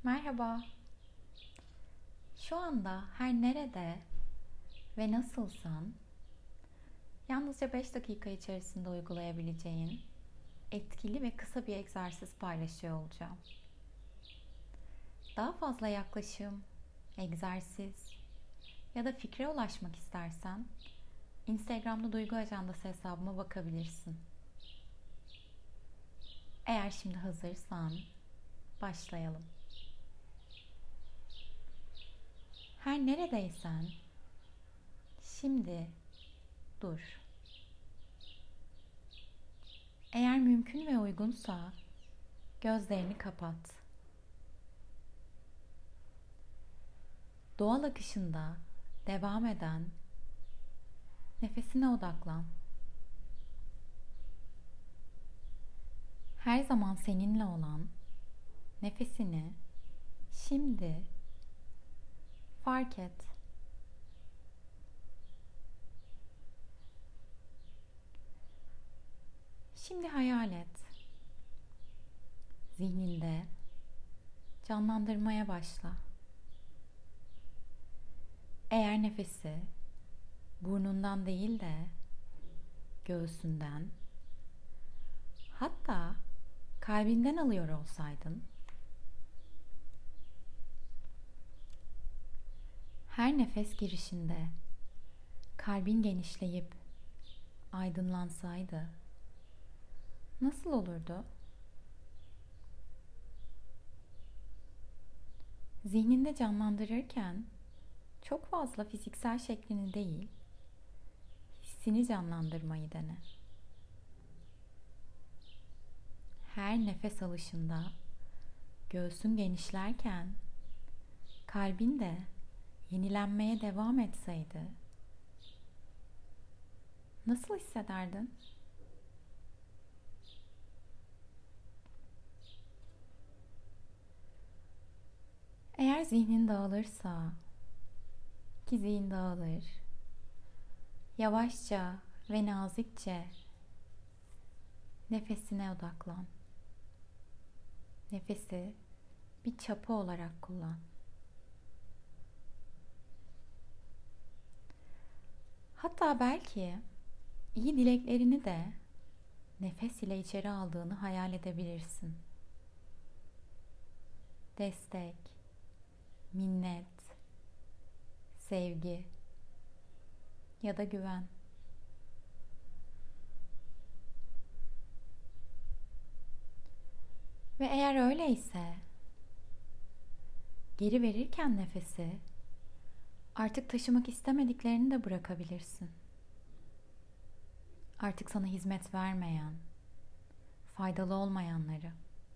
Merhaba. Şu anda her nerede ve nasılsan yalnızca 5 dakika içerisinde uygulayabileceğin etkili ve kısa bir egzersiz paylaşıyor olacağım. Daha fazla yaklaşım, egzersiz ya da fikre ulaşmak istersen Instagram'da Duygu Ajandası hesabıma bakabilirsin. Eğer şimdi hazırsan başlayalım. Her neredeysen şimdi dur. Eğer mümkün ve uygunsa gözlerini kapat. Doğal akışında devam eden nefesine odaklan. Her zaman seninle olan nefesini şimdi fark et. Şimdi hayal et. Zihninde canlandırmaya başla. Eğer nefesi burnundan değil de göğsünden, hatta kalbinden alıyor olsaydın, her nefes girişinde kalbin genişleyip aydınlansaydı nasıl olurdu? Zihninde canlandırırken çok fazla fiziksel şeklini değil, hissini canlandırmayı dene. Her nefes alışında göğsün genişlerken kalbin de yenilenmeye devam etseydi nasıl hissederdin? Eğer zihnin dağılırsa, ki zihin dağılır, yavaşça ve nazikçe nefesine odaklan. Nefesi bir çapa olarak kullan. Hatta belki iyi dileklerini de nefes ile içeri aldığını hayal edebilirsin. Destek, minnet, sevgi ya da güven. Ve eğer öyleyse, geri verirken nefesi artık taşımak istemediklerini de bırakabilirsin. Artık sana hizmet vermeyen, faydalı olmayanları.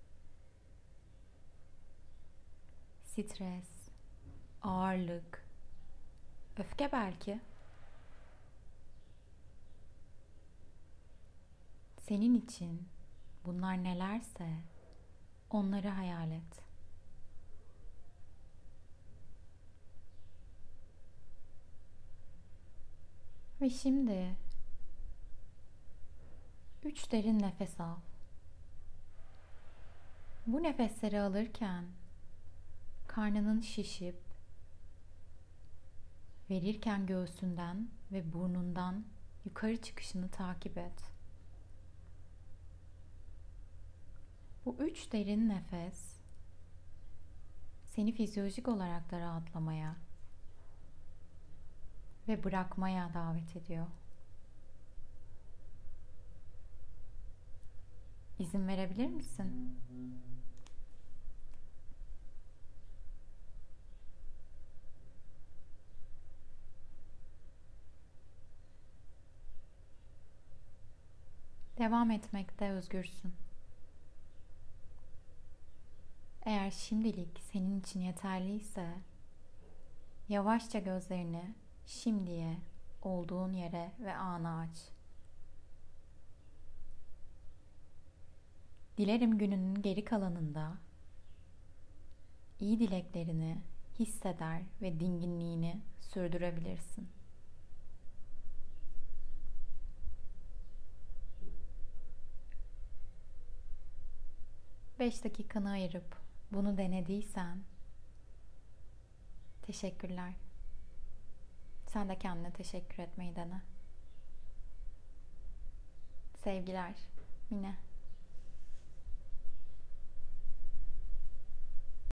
Stres, ağırlık, öfke belki. Senin için bunlar nelerse onları hayal et. Ve şimdi 3 derin nefes al. Bu nefesleri alırken karnının şişip, verirken göğsünden ve burnundan yukarı çıkışını takip et. Bu 3 derin nefes seni fizyolojik olarak da rahatlamaya ve bırakmaya davet ediyor. İzin verebilir misin? Devam etmekte özgürsün. Eğer şimdilik senin için yeterliyse, yavaşça gözlerini şimdiye, olduğun yere ve ana aç. Dilerim gününün geri kalanında iyi dileklerini hisseder ve dinginliğini sürdürebilirsin. 5 dakikanı ayırıp bunu denediysen teşekkürler. Sen de kendine teşekkür etmeyi dene. Sevgiler, Mine.